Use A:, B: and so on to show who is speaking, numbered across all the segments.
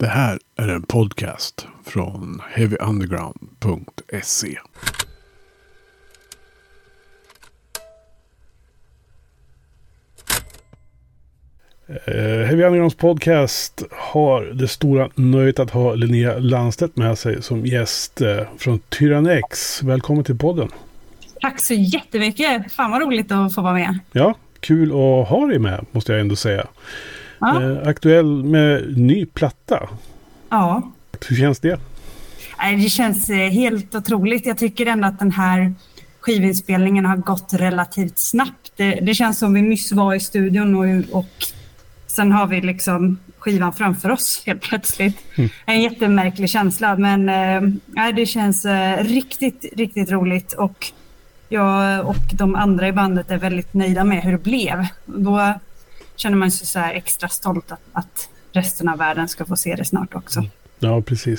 A: Det här är en podcast från heavyunderground.se. Heavy Undergrounds podcast har det stora nöjet att ha Linnea Landstedt med sig som gäst från Tyrannex. Välkommen till podden.
B: Tack så jättemycket. Fan vad roligt att få vara med.
A: Ja, kul att ha dig med måste jag ändå säga. Ja. Aktuell med ny platta.
B: Ja.
A: Hur känns det?
B: Det känns helt otroligt. Jag tycker ändå att den här skivinspelningen har gått relativt snabbt. Det känns som vi nyss var i studion och sen har vi liksom skivan framför oss helt plötsligt. En jättemärklig känsla, men det känns riktigt roligt och jag och de andra i bandet är väldigt nöjda med hur det blev. Då känner man sig så här extra stolt att resten av världen ska få se det snart också.
A: Ja, precis.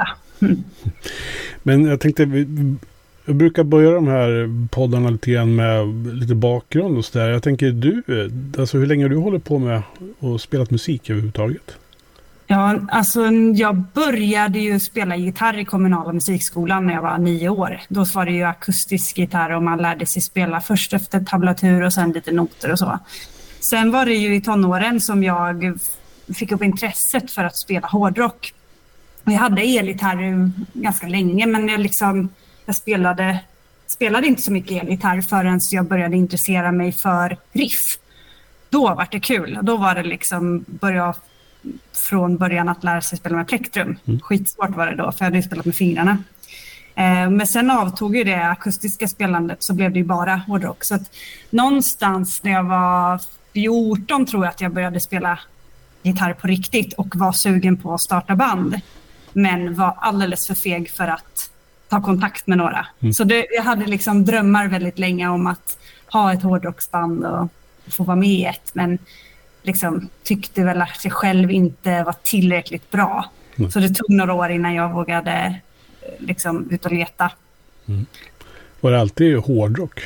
A: Men jag tänkte, jag brukar börja de här poddarna lite grann med lite bakgrund och sådär. Jag tänker, alltså hur länge har du hållit på med och spelat musik överhuvudtaget?
B: Ja, alltså jag började ju spela gitarr i kommunala musikskolan när jag var 9 år. Då var det ju akustisk gitarr och man lärde sig spela först efter tablatur och sen lite noter och så. Sen var det ju i tonåren som jag fick upp intresset för att spela hårdrock. Jag hade elgitarr ganska länge, men jag spelade inte så mycket elgitarr förrän jag började intressera mig för riff. Då var det kul. Då var det börja från början att lära sig spela med plektrum. Skitsvårt var det då, för jag hade spelat med fingrarna. Men sen avtog ju det akustiska spelandet, så blev det ju bara hårdrock. Så att någonstans när jag var 14 tror jag att jag började spela gitarr på riktigt och var sugen på att starta band. Men var alldeles för feg för att ta kontakt med några. Så jag hade drömmar väldigt länge om att ha ett hårdrocksband och få vara med i ett. Men tyckte väl att jag själv inte var tillräckligt bra. Så det tog några år innan jag vågade ut och leta.
A: Var det alltid hårdrock?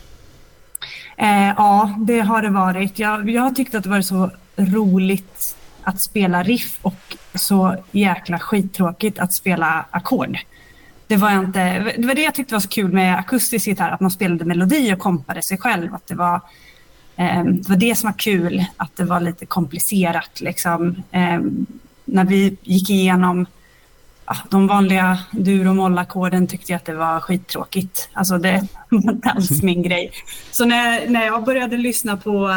B: Ja, det har det varit. Jag har tyckt att det var så roligt att spela riff och så jäkla skittråkigt att spela ackord. Det var det jag tyckte var så kul med akustisk gitarr, att man spelade melodi och kompade sig själv. Att det var det som var kul, att det var lite komplicerat. När vi gick igenom de vanliga dur- och mollackorden tyckte jag att det var skittråkigt. Alltså det var inte alls min grej. Så när jag började lyssna på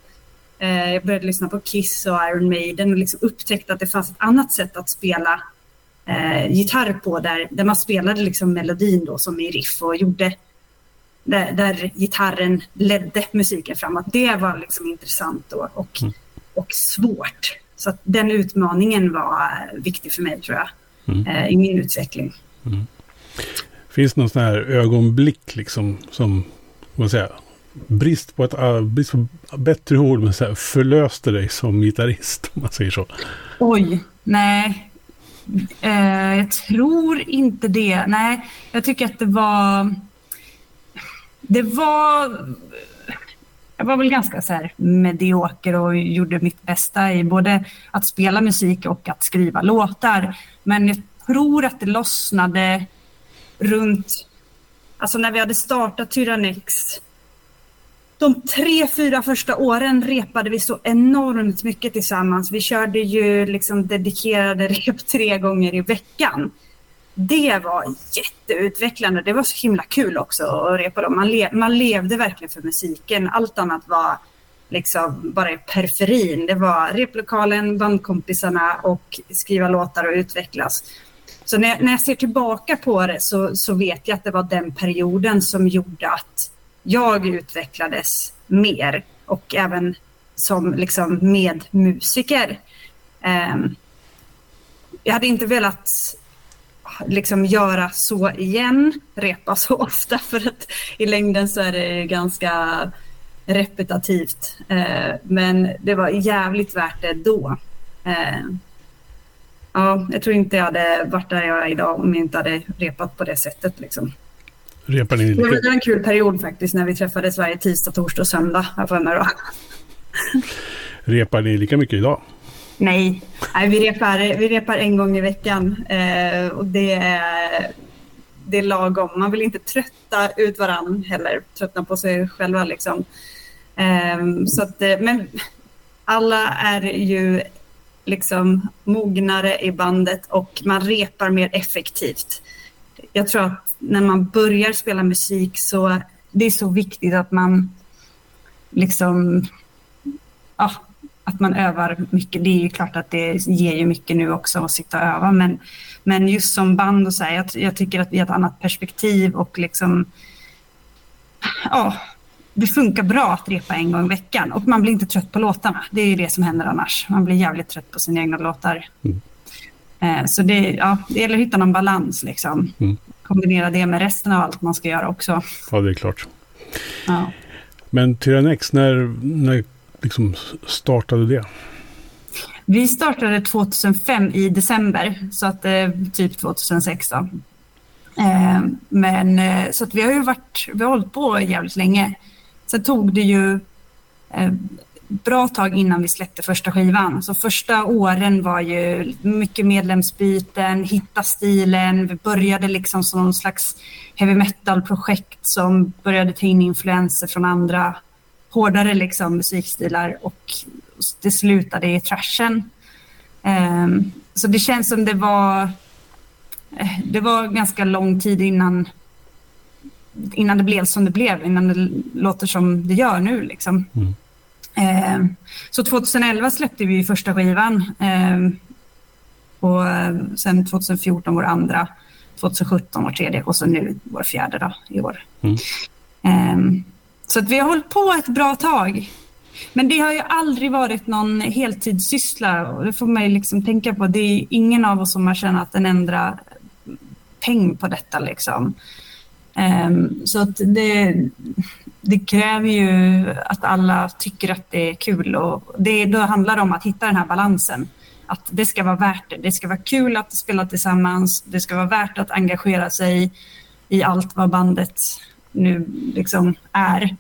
B: Kiss och Iron Maiden och upptäckte att det fanns ett annat sätt att spela gitarr på där man spelade melodin då som i riff och gjorde där gitarren ledde musiken framåt. Det var intressant då och svårt. Så att den utmaningen var viktig för mig, tror jag, i min utveckling.
A: Finns det någon sån här ögonblick som vad säger, brist på bättre ord, men förlöste dig som gitarrist, om man säger så? Oj,
B: nej. Jag tror inte det. Nej, jag tycker att jag var väl ganska så här medioker och gjorde mitt bästa i både att spela musik och att skriva låtar. Men jag tror att det lossnade runt, när vi hade startat Tyrannex. De 3-4 första åren repade vi så enormt mycket tillsammans. Vi körde ju dedikerade rep 3 gånger i veckan. Det var jätteutvecklande. Det var så himla kul också att repa dem. Man levde verkligen för musiken. Allt annat var bara i periferin. Det var replokalen, bandkompisarna och skriva låtar och utvecklas. Så när jag ser tillbaka på det så vet jag att det var den perioden som gjorde att jag utvecklades mer och även som medmusiker. Jag hade inte velat göra så igen, repa så ofta, för att i längden så är det ganska repetitivt. Men det var jävligt värt det då. Ja, jag tror inte jag hade varit där jag är idag om jag inte hade repat på det sättet.
A: Repar ni lika?
B: Det var en kul period faktiskt när vi träffades varje tisdag, torsdag och söndag.
A: Repar ni lika mycket idag?
B: Nej, vi repar en gång i veckan och det är lagom. Man vill inte trötta ut varann heller, tröttna på sig själva liksom. Så att, men alla är ju liksom mognare i bandet och man repar mer effektivt. Jag tror att när man börjar spela musik så det är så viktigt att man liksom att man övar mycket. Det är ju klart att det ger ju mycket nu också att sitta och öva, men just som band och så här, jag tycker att vi har ett annat perspektiv och liksom det funkar bra att repa en gång i veckan och man blir inte trött på låtarna. Det är ju det som händer annars. Man blir jävligt trött på sina egna låtar. Så det gäller att hitta någon balans liksom. Kombinera det med resten av allt man ska göra också.
A: Ja, det är klart.
B: Ja.
A: Men Tyrann X, när liksom startade det?
B: Vi startade 2005 i december, så att typ 2006 då. Men så att vi har hållit på jävligt länge. Sen tog det ju bra tag innan vi släppte första skivan. Så första åren var ju mycket medlemsbyten, hitta stilen. Vi började liksom som någon slags heavy metal-projekt som började ta in influenser från andra hårdare liksom musikstilar och det slutade i trashen. Så det känns som det var ganska lång tid innan det blev som det blev, innan det låter som det gör nu liksom. Så 2011 släppte vi första skivan och sen 2014 vår andra, 2017 vår tredje och så nu vår fjärde då, i år. Så att vi har hållit på ett bra tag. Men det har ju aldrig varit någon heltidssyssla och det får man ju liksom tänka på. Det är ingen av oss som har tjänat en enda peng på detta liksom. Så att det kräver ju att alla tycker att det är kul och då handlar det om att hitta den här balansen. Att det ska vara värt det. Det ska vara kul att spela tillsammans. Det ska vara värt att engagera sig i allt vad bandet nu liksom är.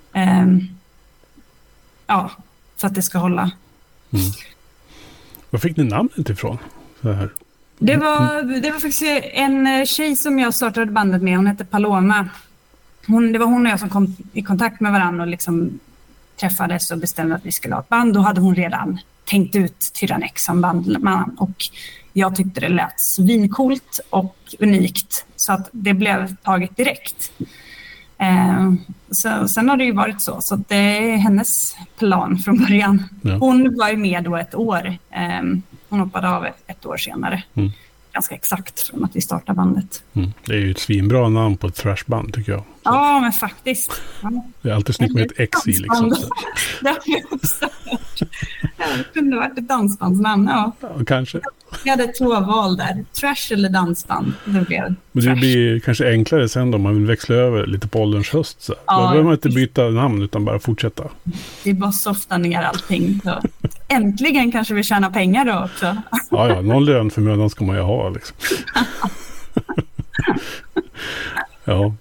B: För att det ska hålla.
A: Var fick ni namnet ifrån? Så här.
B: Det var faktiskt en tjej som jag startade bandet med. Hon hette Paloma. Det var hon och jag som kom i kontakt med varandra och liksom träffades och bestämde att vi skulle ha ett band. Då hade hon redan tänkt ut Tyrann X som bandman och jag tyckte det lät svincoolt och unikt så att det blev taget direkt. Så sen har det ju varit så det är hennes plan från början. Ja. Hon var ju med då ett år. Hon hoppade av ett år senare. Ganska exakt från att vi startade bandet.
A: Det är ju ett svinbra namn på ett thrashband tycker jag.
B: Ja, men faktiskt. Ja.
A: Det är alltid snyggt med ett X i liksom.
B: Det har vi också hört. Det kunde varit ett dansbandsnamn, ja.
A: Kanske.
B: Vi hade 2 val där. Trash eller dansband. Det blev
A: men det blir kanske enklare sen då man vill växla över lite på ålderns höst. Så. Ja, då behöver man inte byta namn utan bara fortsätta.
B: Det är bara softa ner allting. Så. Äntligen kanske vi tjänar pengar då också.
A: Ja, någon lön för mödan ska man ju ha liksom. Ja.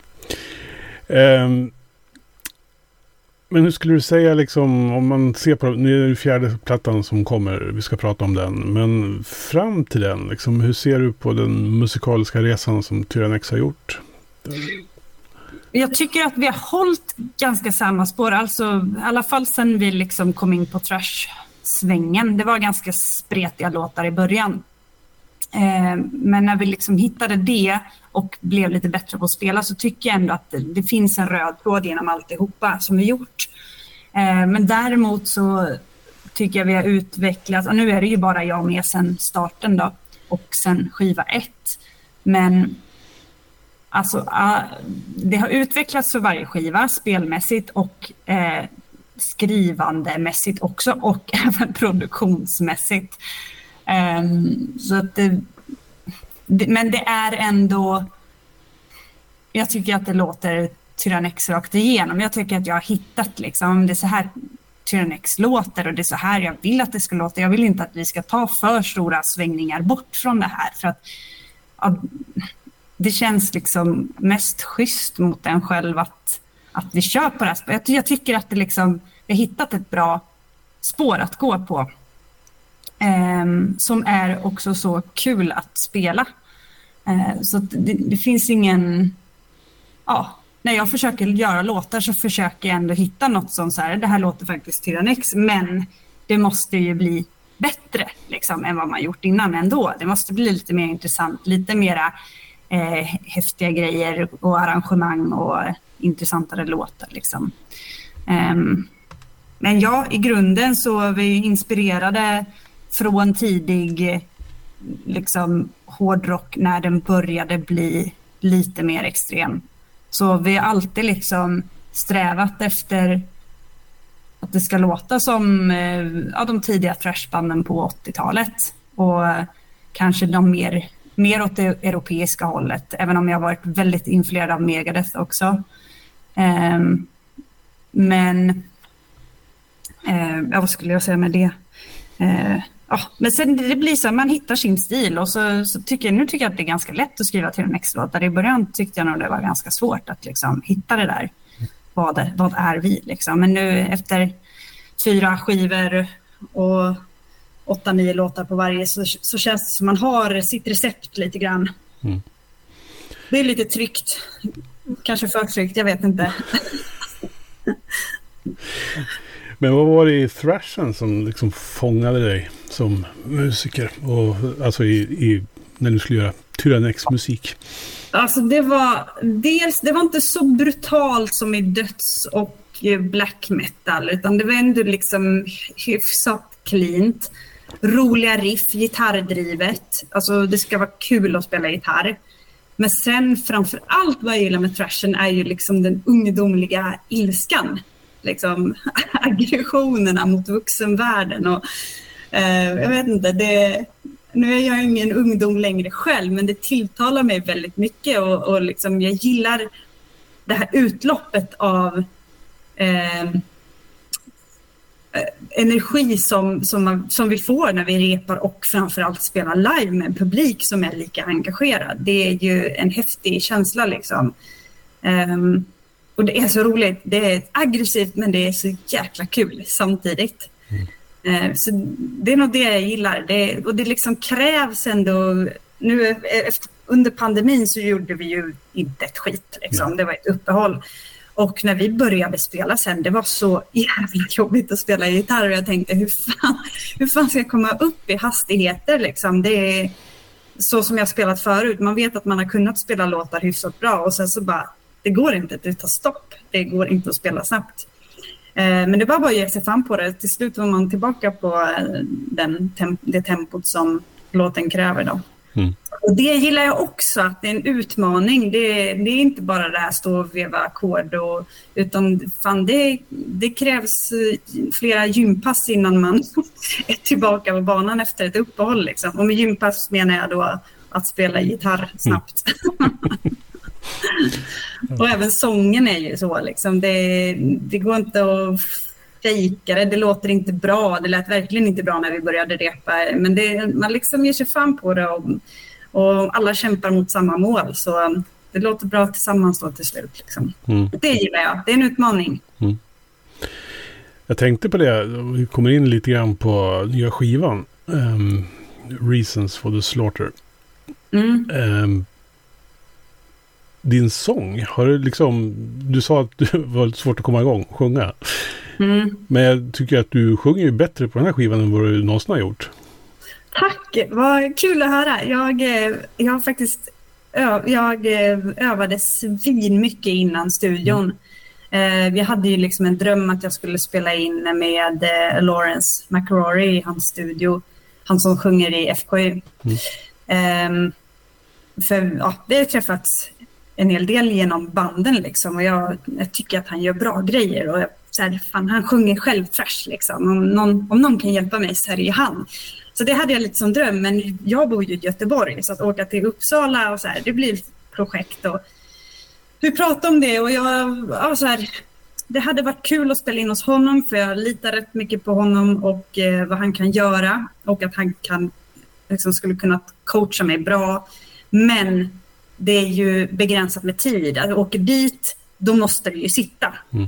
A: Men hur skulle du säga liksom, om man ser på, nu är det 4:e plattan som kommer, vi ska prata om den, men fram till den, liksom, hur ser du på den musikaliska resan som Tyrann X har gjort?
B: Jag tycker att vi har hållit ganska samma spår, alltså i alla fall sen vi liksom kom in på trash-svängen. Det var ganska spretiga låtar i början. Men när vi liksom hittade det och blev lite bättre på att spela så tycker jag ändå att det finns en röd tråd genom alltihopa som vi gjort. Men däremot så tycker jag vi har utvecklat, och nu är det ju bara jag med sen starten då och sen skiva 1. Men alltså det har utvecklats för varje skiva spelmässigt och skrivandemässigt också och även produktionsmässigt. Så att men det är ändå, jag tycker att det låter Tyrann X rakt igenom. Jag tycker att jag har hittat liksom, det är så här Tyrann X låter och det är så här jag vill att det ska låta. Jag vill inte att vi ska ta för stora svängningar bort från det här för att det känns liksom mest schysst mot en själv att vi kör på det här. Jag tycker att det liksom, vi har hittat ett bra spår att gå på. som är också så kul att spela. Så att det finns ingen... Ja, när jag försöker göra låtar så försöker jag ändå hitta något som så här, det här låter faktiskt Tyrannex, men det måste ju bli bättre liksom, än vad man gjort innan ändå. Det måste bli lite mer intressant, lite mera häftiga grejer och arrangemang och intressantare låtar liksom. Men ja, i grunden så är vi inspirerade från tidig liksom, hårdrock när den började bli lite mer extrem. Så vi har alltid liksom strävat efter att det ska låta som de tidiga thrashbanden på 80-talet. Och kanske de mer åt det europeiska hållet. Även om jag har varit väldigt influerad av Megadeth också. Men vad skulle jag säga med det? Men sen det blir så att man hittar sin stil och så tycker jag att det är ganska lätt att skriva till en extra-låtar. I början tyckte jag nog det var ganska svårt att liksom hitta det där. Vad är vi liksom? Men nu efter 4 skivor och 8-9 låtar på varje så känns det som man har sitt recept lite grann. Mm. Det är lite tryggt. Kanske för tryggt, jag vet inte.
A: Men vad var det i thrashen som liksom fångade dig som musiker? Och alltså när du skulle göra Tyrannex-musik?
B: Alltså det var inte så brutalt som i döds- och black metal, utan det var ändå liksom hyfsat cleant. Roliga riff, gitarrdrivet. Alltså det ska vara kul att spela gitarr. Men sen framför allt vad jag gillar med thrashen är ju liksom den ungdomliga ilskan. Liksom aggressionerna mot vuxenvärlden och jag vet inte, nu är jag ingen ungdom längre själv, men det tilltalar mig väldigt mycket och liksom jag gillar det här utloppet av energi som vi får när vi repar och framförallt spelar live med en publik som är lika engagerad. Det är ju en häftig känsla liksom. Och det är så roligt. Det är aggressivt men det är så jäkla kul samtidigt. Så det är nog det jag gillar. Och det liksom krävs ändå... Nu under pandemin så gjorde vi ju inte ett skit. Liksom. Det var ett uppehåll. Och när vi började spela sen, det var så jävligt jobbigt att spela gitarr. Och jag tänkte, hur fan ska jag komma upp i hastigheter? Liksom? Det är så som jag spelat förut. Man vet att man har kunnat spela låtar hyfsat bra. Och sen så bara, det går inte, det tar stopp. Det går inte att spela snabbt. Men det var bara att ge sig fan på det. Till slut var man tillbaka på det tempot som låten kräver då. Mm. Och det gillar jag också, att det är en utmaning. Det är inte bara det här stå och veva ackord utan fan, det krävs flera gympass innan man är tillbaka på banan efter ett uppehåll liksom. Och med gympass menar jag då att spela gitarr snabbt. Och även sången är ju så liksom. Det går inte att fejka det. Det låter inte bra. Det lät verkligen inte bra när vi började repa. Men man liksom ger sig fan på det och alla kämpar mot samma mål. Så det låter bra tillsammans då till slut liksom. Det gillar jag. Det är en utmaning.
A: Jag tänkte på det. Vi kommer in lite grann på nya skivan. Reasons for the Slaughter. Din sång, har du liksom, du sa att det var svårt att komma igång, sjunga. Men jag tycker att du sjunger ju bättre på den här skivan än vad du någonsin har gjort.
B: Tack, vad kul att höra. Jag har faktiskt jag övade svin mycket innan studion. Vi hade ju liksom en dröm att jag skulle spela in med Lawrence McRory i hans studio. Han som sjunger i FKU. För vi har träffats en hel del genom banden liksom, och jag tycker att han gör bra grejer och han sjunger själv thrash liksom. Om någon kan hjälpa mig så är det ju han. Så det hade jag lite som dröm, men jag bor ju i Göteborg så att åka till Uppsala och så här, det blir ett projekt och vi pratade om det och det hade varit kul att spela in hos honom för jag litar rätt mycket på honom och vad han kan göra och att han kan liksom skulle kunna coacha mig bra, men det är ju begränsat med tid. Att åka dit, då måste vi ju sitta.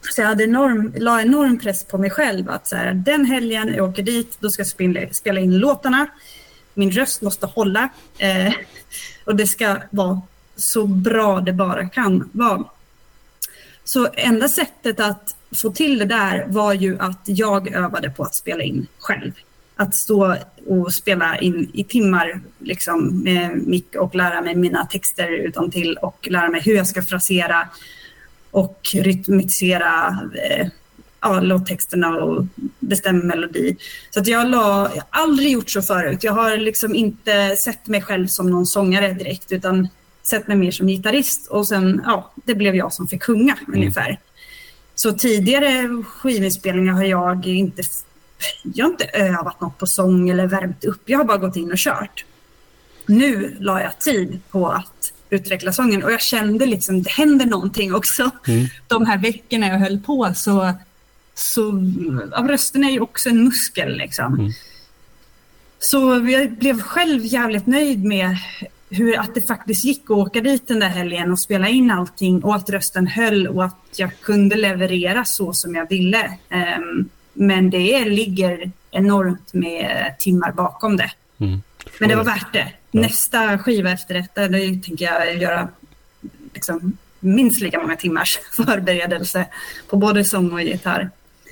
B: Så jag hade la enorm press på mig själv att så här, den helgen jag åker dit, då ska jag spela in låtarna. Min röst måste hålla. Och det ska vara så bra det bara kan vara. Så enda sättet att få till det där var ju att jag övade på att spela in själv. Att stå och spela in i timmar liksom, med mick och lära mig mina texter utantill och lära mig hur jag ska frasera och rytmisera låttexterna och bestämma melodi. Så att jag har aldrig gjort så förut. Jag har liksom inte sett mig själv som någon sångare direkt, utan sett mig mer som gitarrist, och sen det blev jag som fick sjunga ungefär. Så tidigare skivinspelningar har jag inte övat något på sång eller värmt upp. Jag har bara gått in och kört. Nu la jag tid på att utveckla sången, och jag kände liksom det händer någonting också. De här veckorna jag höll på, så rösten är ju också en muskel liksom. Så jag blev själv jävligt nöjd med att det faktiskt gick att åka dit den där helgen och spela in allting, och att rösten höll och att jag kunde leverera så som jag ville. Men det ligger enormt med timmar bakom det. Men det var värt det. Ja. Nästa skiva efter detta, det tänker jag göra liksom minst lika många timmars förberedelse på både sång och gitarr.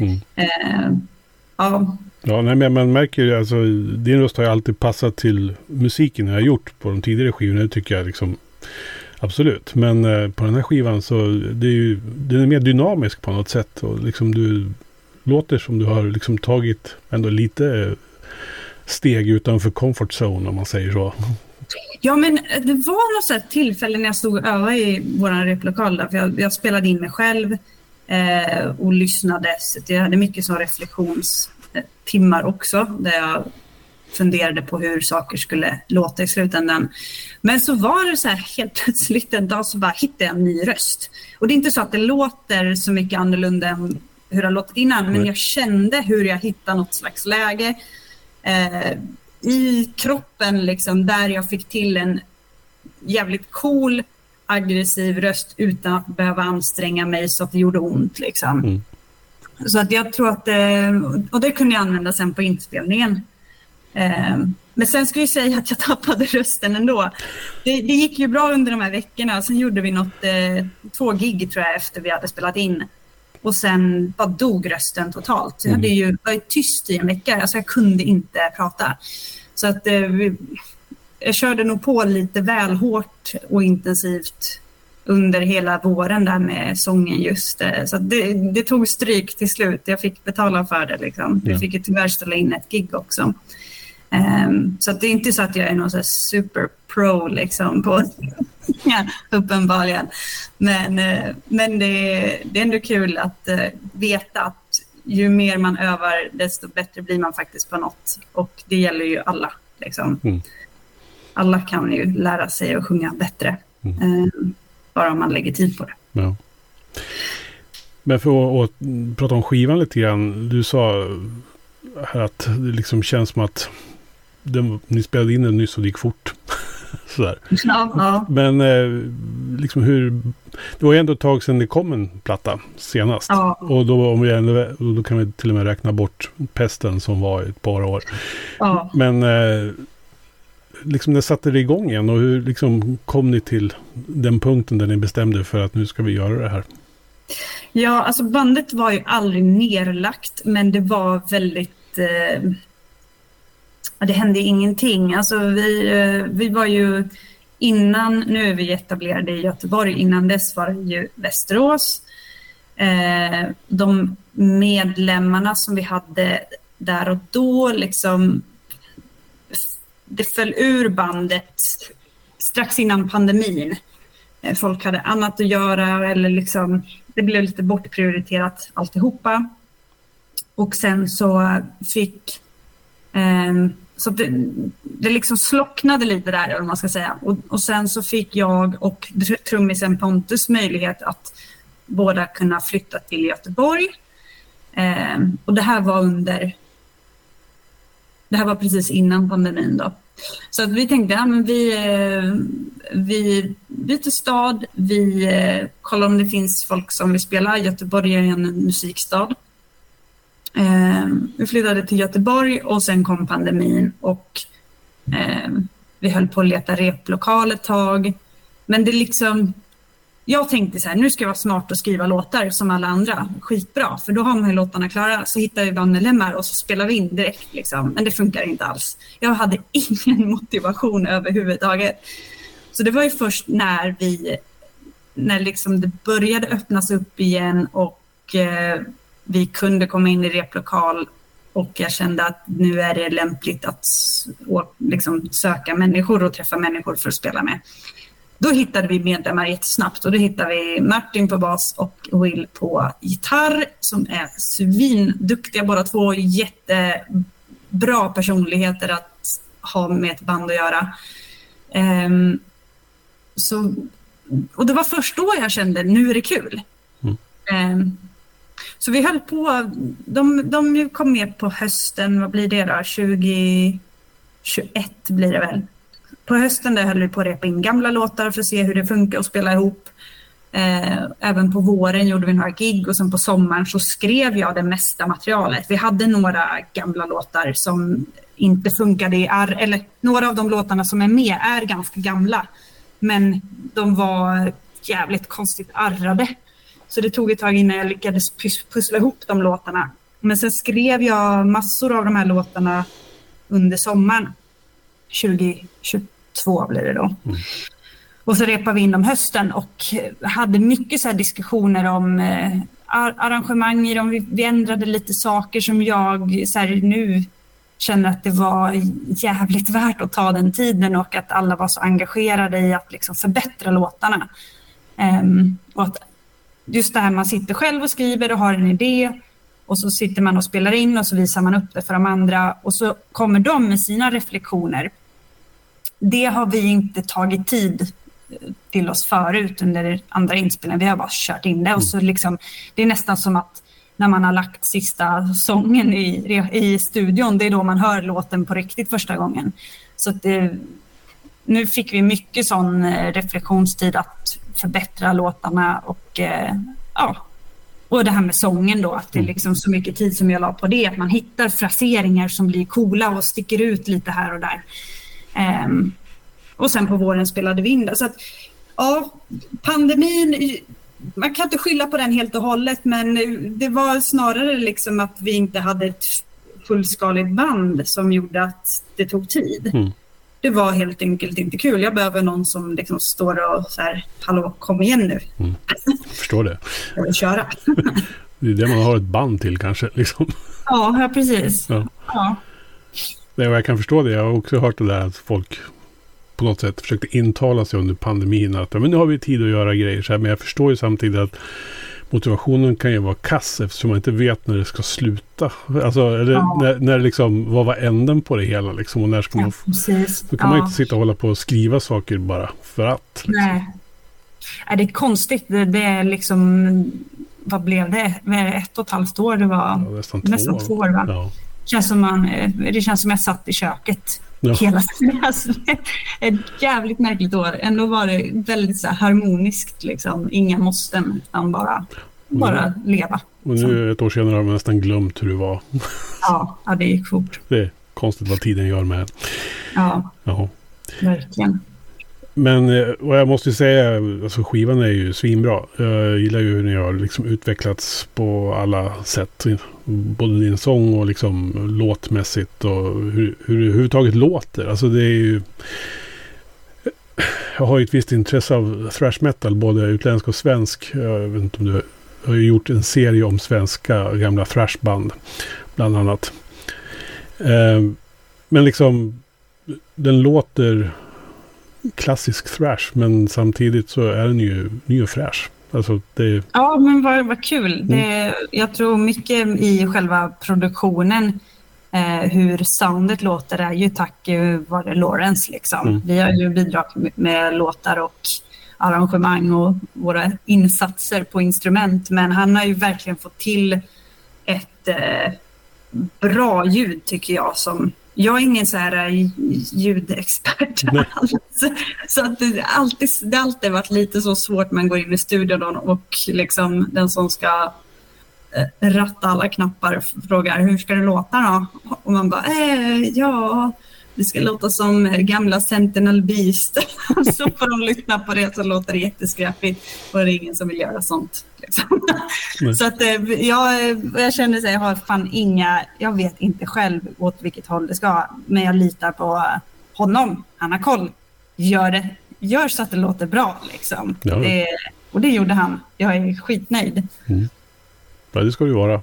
A: Ja, nej, men man märker ju, alltså, din röst har ju alltid passat till musiken jag har gjort på de tidigare skivorna, det tycker jag liksom, absolut. Men på den här skivan så den är mer dynamisk på något sätt, och liksom du låter som du har liksom tagit ändå lite steg utanför comfort zone, om man säger så.
B: Ja, men det var något så här tillfälle när jag stod och övade i våran replokal där, för jag spelade in mig själv och lyssnade. Så jag hade mycket som reflektionstimmar också, där jag funderade på hur saker skulle låta i slutändan. Men så var det så här helt plötsligt en dag så bara hittade jag en ny röst. Och det är inte så att det låter så mycket annorlunda än hur det har låtit innan, men jag kände hur jag hittade något slags läge i kroppen liksom, där jag fick till en jävligt cool, aggressiv röst utan att behöva anstränga mig så att det gjorde ont liksom. Så att jag tror att och det kunde jag använda sen på inspelningen. Men sen ska jag säga att jag tappade rösten ändå. Det gick ju bra under de här veckorna. Sen gjorde vi 2 gig tror jag efter vi hade spelat in. Och sen bara dog rösten totalt. Så jag hade ju varit tyst i en vecka. Alltså jag kunde inte prata. Så att jag körde nog på lite väl hårt och intensivt under hela våren där med sången just. Så att det tog stryk till slut. Jag fick betala för det liksom. Jag fick ju tyvärr ställa in ett gig också. Så att det är inte så att jag är någon så här super pro liksom på uppenbarligen. Men det är ändå kul att veta att ju mer man övar desto bättre blir man faktiskt på något. Och det gäller ju alla liksom. Alla kan ju lära sig att sjunga bättre. Bara om man lägger tid på det.
A: Ja. Men för att prata om skivan lite grann. Du sa här att det liksom känns som att ni spelade in den nyss och det gick fort. Sådär.
B: Ja.
A: Men liksom det var ju ändå ett tag sedan det kom en platta senast. Ja. Och då kan vi till och med räkna bort pesten som var ett par år. Ja. Men liksom när satte det igång igen, och hur liksom kom ni till den punkten där ni bestämde för att nu ska vi göra det här?
B: Ja, alltså bandet var ju aldrig nerlagt, men det var väldigt det hände ingenting. Alltså vi var ju innan, nu är vi etablerade i Göteborg, innan dess var det ju Västerås. De medlemmarna som vi hade där och då liksom, det föll ur bandet strax innan pandemin. Folk hade annat att göra, eller liksom, det blev lite bortprioriterat alltihopa. Och sen så fick så det liksom slocknade lite där, eller man ska säga. Och sen så fick jag och trummisen Pontus möjlighet att båda kunna flytta till Göteborg. Och det här var precis innan pandemin då. Så att vi tänkte, ja, men vi byter stad, vi kollar om det finns folk som vill spela. Göteborg är en musikstad. Vi flyttade till Göteborg och sen kom pandemin och vi höll på att leta replokal ett tag. Men det liksom, jag tänkte så här, nu ska jag vara smart och skriva låtar som alla andra. Skitbra, för då har man ju låtarna klara. Så hittar vi bandmedlemmar och så spelar vi in direkt. Liksom. Men det funkar inte alls. Jag hade ingen motivation överhuvudtaget. Så det var ju först när liksom det började öppnas upp igen och vi kunde komma in i replokal och jag kände att nu är det lämpligt att liksom söka människor och träffa människor för att spela med. Då hittade vi medlemmar jättesnabbt och då hittade vi Martin på bas och Will på gitarr som är svinduktiga båda två, jättebra personligheter att ha med ett band att göra. Och det var först då jag kände, nu är det kul. Så vi höll på, de kom med på hösten, vad blir det då? 2021 blir det väl. På hösten där höll vi på att repa in gamla låtar för att se hur det funkar och spela ihop. Även på våren gjorde vi några gig och sen på sommaren så skrev jag det mesta materialet. Vi hade några gamla låtar som inte funkade i eller några av de låtarna som är med är ganska gamla. Men de var jävligt konstigt arrade. Så det tog ett tag innan jag lyckades pussla ihop de låtarna. Men sen skrev jag massor av de här låtarna under sommaren. 2022 blir det då. Och så repade vi in dem hösten och hade mycket så här diskussioner om arrangemang i dem. Vi ändrade lite saker som jag så här, nu känner att det var jävligt värt att ta den tiden och att alla var så engagerade i att liksom förbättra låtarna. Och att just det här man sitter själv och skriver och har en idé och så sitter man och spelar in och så visar man upp det för de andra och så kommer de med sina reflektioner. Det har vi inte tagit tid till oss förut under andra inspelningar. Vi har bara kört in det och så liksom, det är nästan som att när man har lagt sista sången i studion, det är då man hör låten på riktigt första gången. Så att nu fick vi mycket sån reflektionstid att förbättra låtarna och och det här med sången då, att det är liksom så mycket tid som jag la på det, att man hittar fraseringar som blir coola och sticker ut lite här och där. Och sen på våren spelade vi in det. Så att, ja, pandemin, man kan inte skylla på den helt och hållet, men det var snarare liksom att vi inte hade ett fullskaligt band som gjorde att det tog tid. Det var helt enkelt inte kul. Jag behöver någon som liksom står och så här, hallå, kom igen nu.
A: Jag förstår det.
B: Jag vill köra.
A: Det är det man har ett band till kanske. Liksom.
B: Ja, precis. Ja.
A: Jag kan förstå det. Jag har också hört det där att folk på något sätt försökte intala sig under pandemin att men nu har vi tid att göra grejer. Så här, men jag förstår ju samtidigt att motivationen kan ju vara kass eftersom man inte vet när det ska sluta. Alltså, när liksom, vad var änden på det hela liksom, och när ska man... Då kan man inte sitta och hålla på och skriva saker bara för att. Liksom.
B: Nej. Det är konstigt. Det är liksom, vad blev det? 1,5 år? Det var nästan 2 år, va? Ja. Det känns som jag satt i köket hela tiden. Alltså, ett jävligt märkligt år. Ändå var det väldigt så här harmoniskt. Liksom. Inga måsten, utan bara leva.
A: Och nu ett år senare har man nästan glömt hur det var.
B: Ja, det gick fort.
A: Det är konstigt vad tiden gör med.
B: Ja, verkligen.
A: Men vad jag måste säga, alltså skivan är ju svinbra. Jag gillar ju hur ni har liksom utvecklats på alla sätt. Både din sång och liksom låtmässigt och hur det överhuvudtaget låter. Alltså det är ju... Jag har ju ett visst intresse av thrash metal, både utländsk och svensk. Jag vet inte om du har gjort en serie om svenska gamla thrashband, bland annat. Men liksom, den låter klassisk thrash, men samtidigt så är den ju ny och fräsch. Alltså det... Ja,
B: men vad kul. Jag tror mycket i själva produktionen, hur soundet låter är ju tack vare Lawrence liksom. Vi har ju bidragit med låtar och arrangemang och våra insatser på instrument, men han har ju verkligen fått till ett bra ljud tycker jag som Jag är ingen så här ljudexpert alls. Så att det har alltid varit lite så svårt när man går in i studion och liksom den som ska ratta alla knappar frågar hur ska det låta då? Och man bara, ja, det ska låta som gamla Sentinel Beast. Så får de lyssna på det så låter det jätteskräpigt och det är ingen som vill göra sånt. Liksom. Så att jag känner sig, jag har fan jag vet inte själv åt vilket håll det ska, men jag litar på honom. Han har koll. Gör så att det låter bra liksom. Ja. Och det gjorde han. Jag är skitnöjd.
A: Mm. Ja, det ska det vara.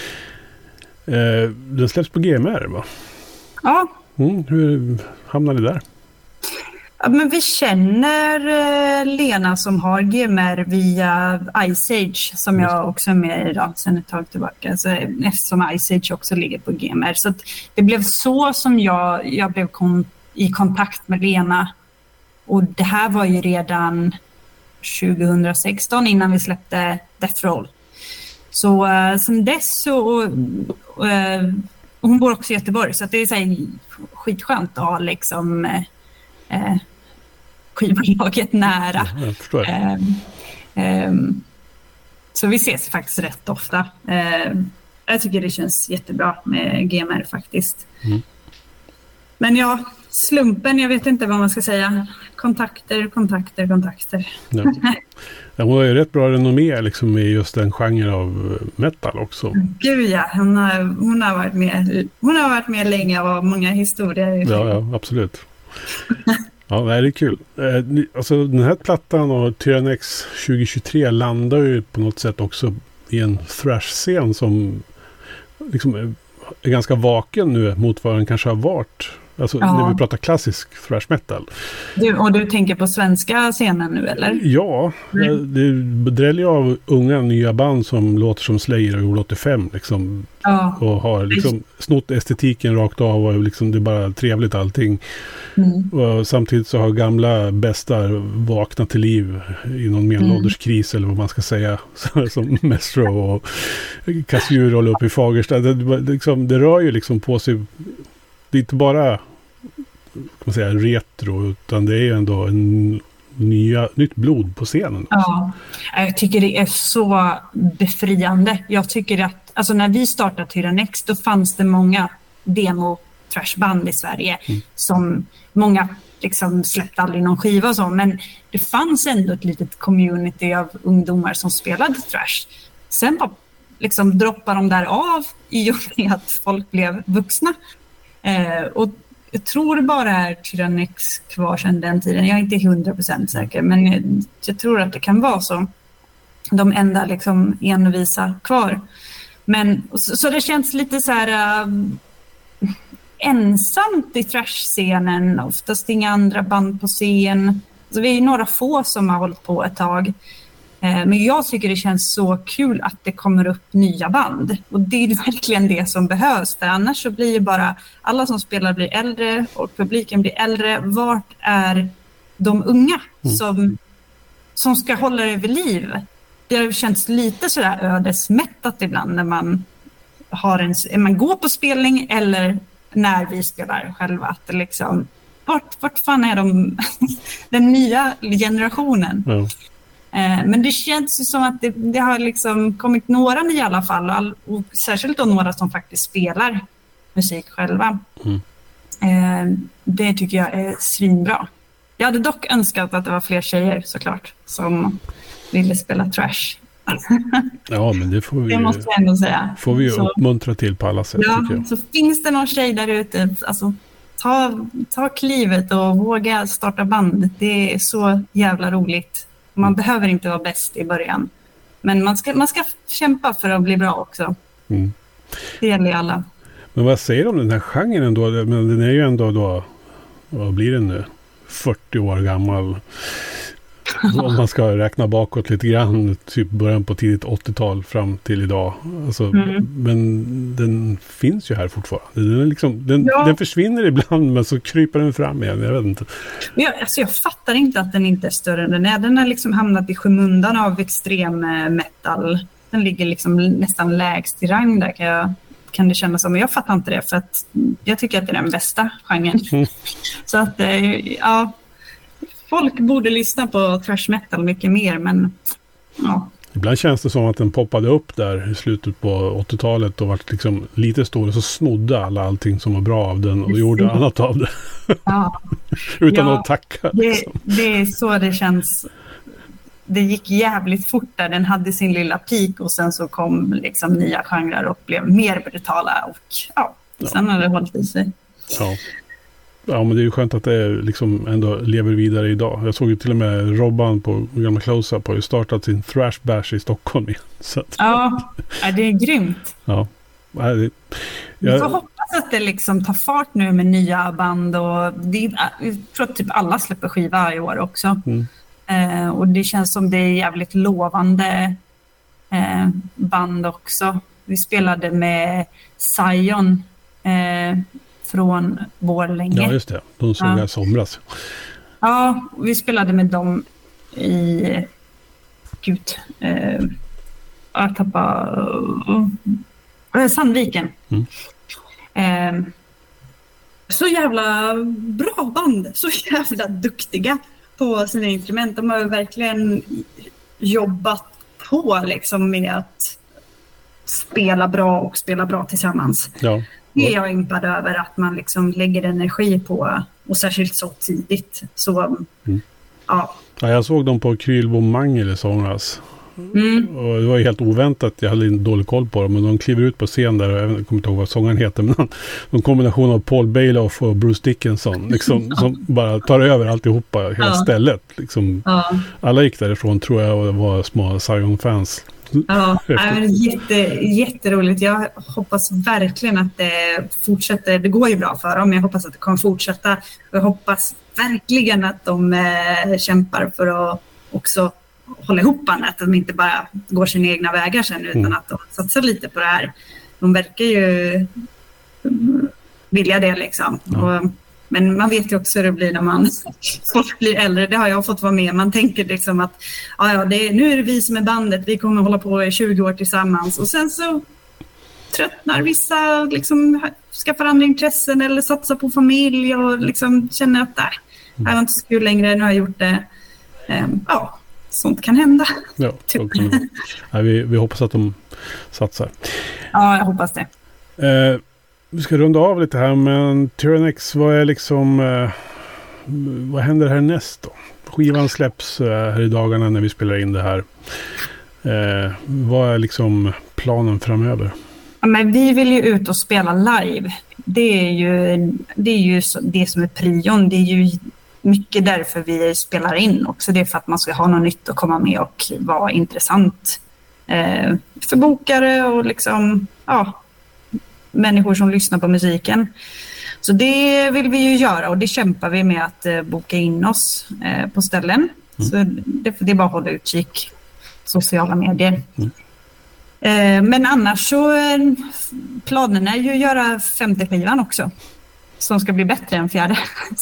A: Den släpps på GMR, va?
B: Ja.
A: Hur hamnade det där?
B: Ja, men vi känner Lena som har GMR via Ice Age som jag också är med i idag sedan ett tag tillbaka. Så, eftersom Ice Age också ligger på GMR. Så att det blev så som jag blev i kontakt med Lena. Och det här var ju redan 2016 innan vi släppte Death Roll. Så sen dess så... Och hon bor också i Göteborg så att det är så här skitskönt att ha liksom skivbolaget nära.
A: Ja, jag förstår.
B: Så vi ses faktiskt rätt ofta. Jag tycker det känns jättebra med GMR faktiskt. Mm. Men ja, slumpen, jag vet inte vad man ska säga. Kontakter. Ja. Ja, hon har ju rätt bra renommé liksom, i just den genren av metal också. Gud ja, hon har varit med länge och har många historier.
A: Ja, absolut. Ja, det är kul. Alltså den här plattan och Tyrannex 2023 landar ju på något sätt också i en thrash-scen som liksom är ganska vaken nu mot vad den kanske har varit. Alltså när vi pratar klassisk thrash metal.
B: Du tänker på svenska scenen nu, eller?
A: Ja, det dräller ju av unga nya band som låter som Slayer och 85 liksom. Ja. Och har liksom snott estetiken rakt av och liksom det är bara trevligt allting. Mm. Och samtidigt så har gamla bästar vaknat till liv i någon medelålderskris eller vad man ska säga. Som Mestro och Kassur håller upp i Fagersta. Det rör ju liksom på sig. Det är inte bara kan man säga, retro utan det är ju ändå nytt blod på scenen.
B: Ja, jag tycker det är så befriande. Jag tycker att alltså när vi startade Tyrannex då fanns det många demo-trashband i Sverige som många liksom släppte aldrig någon skiva och så, men det fanns ändå ett litet community av ungdomar som spelade trash. Sen bara liksom droppade de där av i och med att folk blev vuxna. Och jag tror det bara är Tyrannex kvar sedan den tiden. Jag är inte 100% säker, men jag tror att det kan vara så. De enda liksom envisa kvar. Men så det känns lite så här ensamt i thrash-scenen. Oftast inga andra band på scen. Så vi är några få som har hållit på ett tag. Men jag tycker det känns så kul att det kommer upp nya band. Och det är verkligen det som behövs. För annars så blir ju bara alla som spelar blir äldre och publiken blir äldre. Vart är de unga som ska hålla det vid liv? Det har känts lite sådär ödesmättat ibland när man man går på spelning eller när vi spelar själva. Att det liksom, vart fan är den nya generationen? Ja. Men det känns ju som att det har liksom kommit några i alla fall och särskilt då några som faktiskt spelar musik själva. Det tycker jag är svinbra. Jag hade dock önskat att det var fler tjejer såklart som ville spela trash.
A: Ja, men det får vi,
B: det måste jag ändå säga.
A: Får vi uppmuntra till på alla sätt.
B: Ja,
A: tycker jag.
B: Så finns det någon tjej där ute, alltså ta klivet och våga starta band. Det är så jävla roligt. Man behöver inte vara bäst i början. Men man ska kämpa för att bli bra också. Det gäller alla.
A: Men vad säger du om den här genren ändå? Men den är ju ändå då, vad blir den nu? 40 år gammal. Om man ska räkna bakåt lite grann, typ början på tidigt 80-tal fram till idag. Alltså, men den finns ju här fortfarande. Den försvinner ibland, men så kryper den fram igen. Jag vet inte.
B: Jag fattar inte att den inte är större än den är. Den har liksom hamnat i skymundan av extrem metal. Den ligger liksom nästan lägst i rang där, kan jag kan det kännas som. Men jag fattar inte det, för att jag tycker att det är den bästa genren. Så att, ja, folk borde lyssna på thrash metal mycket mer, men ja.
A: Ibland känns det som att den poppade upp där i slutet på 80-talet och vart liksom lite stor, och så snodde alla allting som var bra av den och gjorde annat av det.
B: Ja.
A: Utan att tacka.
B: Liksom. Det är så det känns. Det gick jävligt fort där. Den hade sin lilla peak och sen så kom liksom nya genrer och blev mer brutala och sen har det hållit i sig.
A: Ja, men det är ju skönt att det liksom ändå lever vidare idag. Jag såg ju till och med Robban på gamla Close-Up har ju startat sin Thrash Bash i Stockholm igen. Så att...
B: Ja, det är grymt.
A: Ja.
B: Vi får hoppas att det liksom tar fart nu med nya band, och jag tror att typ alla släpper skiva i år också. Och det känns som det är jävligt lovande band också. Vi spelade med Zion från Borlänge.
A: Ja, just det. De såg jag somras.
B: Ja, vi spelade med dem i... jag tappade... Sandviken. Så jävla bra band. Så jävla duktiga på sina instrument. De har verkligen jobbat på liksom med att spela bra och spela bra tillsammans.
A: Ja.
B: Det är jag impad över, att man liksom lägger energi på, och särskilt så tidigt. Så, ja.
A: Jag såg dem på Krylbom Mangel i somras. Och det var ju helt oväntat. Jag hade en dålig koll på dem, men de kliver ut på scen där, och jag kommer inte ihåg vad sångaren heter, men en kombination av Paul Bailoff och Bruce Dickinson liksom, som bara tar över alltihopa, hela stället liksom. Alla gick därifrån, tror jag, och det var små Zion-fans.
B: Ja, jätteroligt. Jag hoppas verkligen att det fortsätter. Det går ju bra för dem, men jag hoppas att det kommer fortsätta. Och jag hoppas verkligen att de kämpar för att också hålla ihop bandet. Att de inte bara går sina egna vägar sen, utan att de satsar lite på det här. De verkar ju vilja det liksom. Men man vet ju också hur det blir när folk blir äldre. Det har jag fått vara med. Man tänker liksom att nu är det vi som är bandet. Vi kommer hålla på i 20 år tillsammans. Och sen så tröttnar vissa, liksom skaffar andra intressen eller satsar på familj och liksom känner att jag är inte så kul längre, nu har jag gjort det. Sånt kan hända.
A: Ja, vi hoppas att de satsar.
B: Ja, jag hoppas det.
A: Vi ska runda av lite här, men Tyrannex, vad är liksom vad händer härnäst då? Skivan släpps här i dagarna när vi spelar in det här. Vad är liksom planen framöver?
B: Ja, men vi vill ju ut och spela live. Det är ju det som är prion. Det är ju mycket därför vi spelar in också. Det är för att man ska ha något nytt att komma med och vara intressant för bokare och liksom människor som lyssnar på musiken. Så det vill vi ju göra, och det kämpar vi med att boka in oss på ställen. Så det är bara att hålla utkik, sociala medier. Men annars så planen är ju att göra 5:e skivan också, som ska bli bättre än 4:e.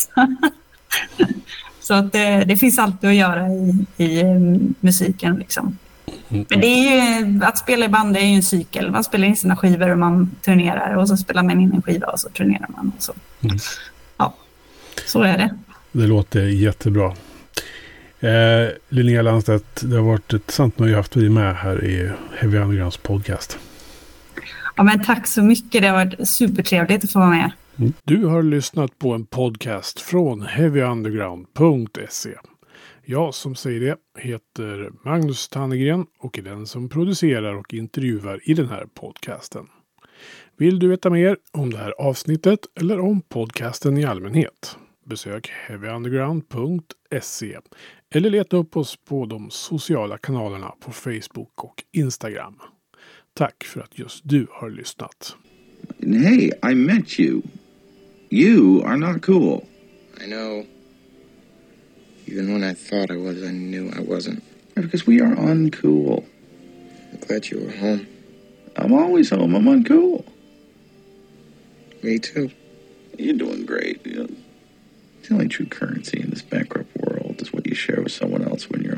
B: Så att det finns alltid att göra i musiken liksom. Men det är ju, att spela i band är ju en cykel. Man spelar in sina skivor och man turnerar, och så spelar man in en skiva och så turnerar man. Och så. Ja, så är det.
A: Det låter jättebra. Linnea Landstedt, det har varit ett sant nöje att haft dig med här i Heavy Undergrounds podcast.
B: Ja, men tack så mycket. Det har varit supertrevligt att få vara med.
A: Du har lyssnat på en podcast från heavyunderground.se. Jag som säger det heter Magnus Tannegren och är den som producerar och intervjuar i den här podcasten. Vill du veta mer om det här avsnittet eller om podcasten i allmänhet? Besök heavyunderground.se eller leta upp oss på de sociala kanalerna på Facebook och Instagram. Tack för att just du har lyssnat.
C: Hey, I met you. You are not cool.
D: I know. Even when I thought I was, I knew I wasn't.
C: Because we are uncool.
D: I'm glad you were home.
C: I'm always home. I'm uncool.
D: Me too.
C: You're doing great. You know, the only true currency in this bankrupt world is what you share with someone else when you're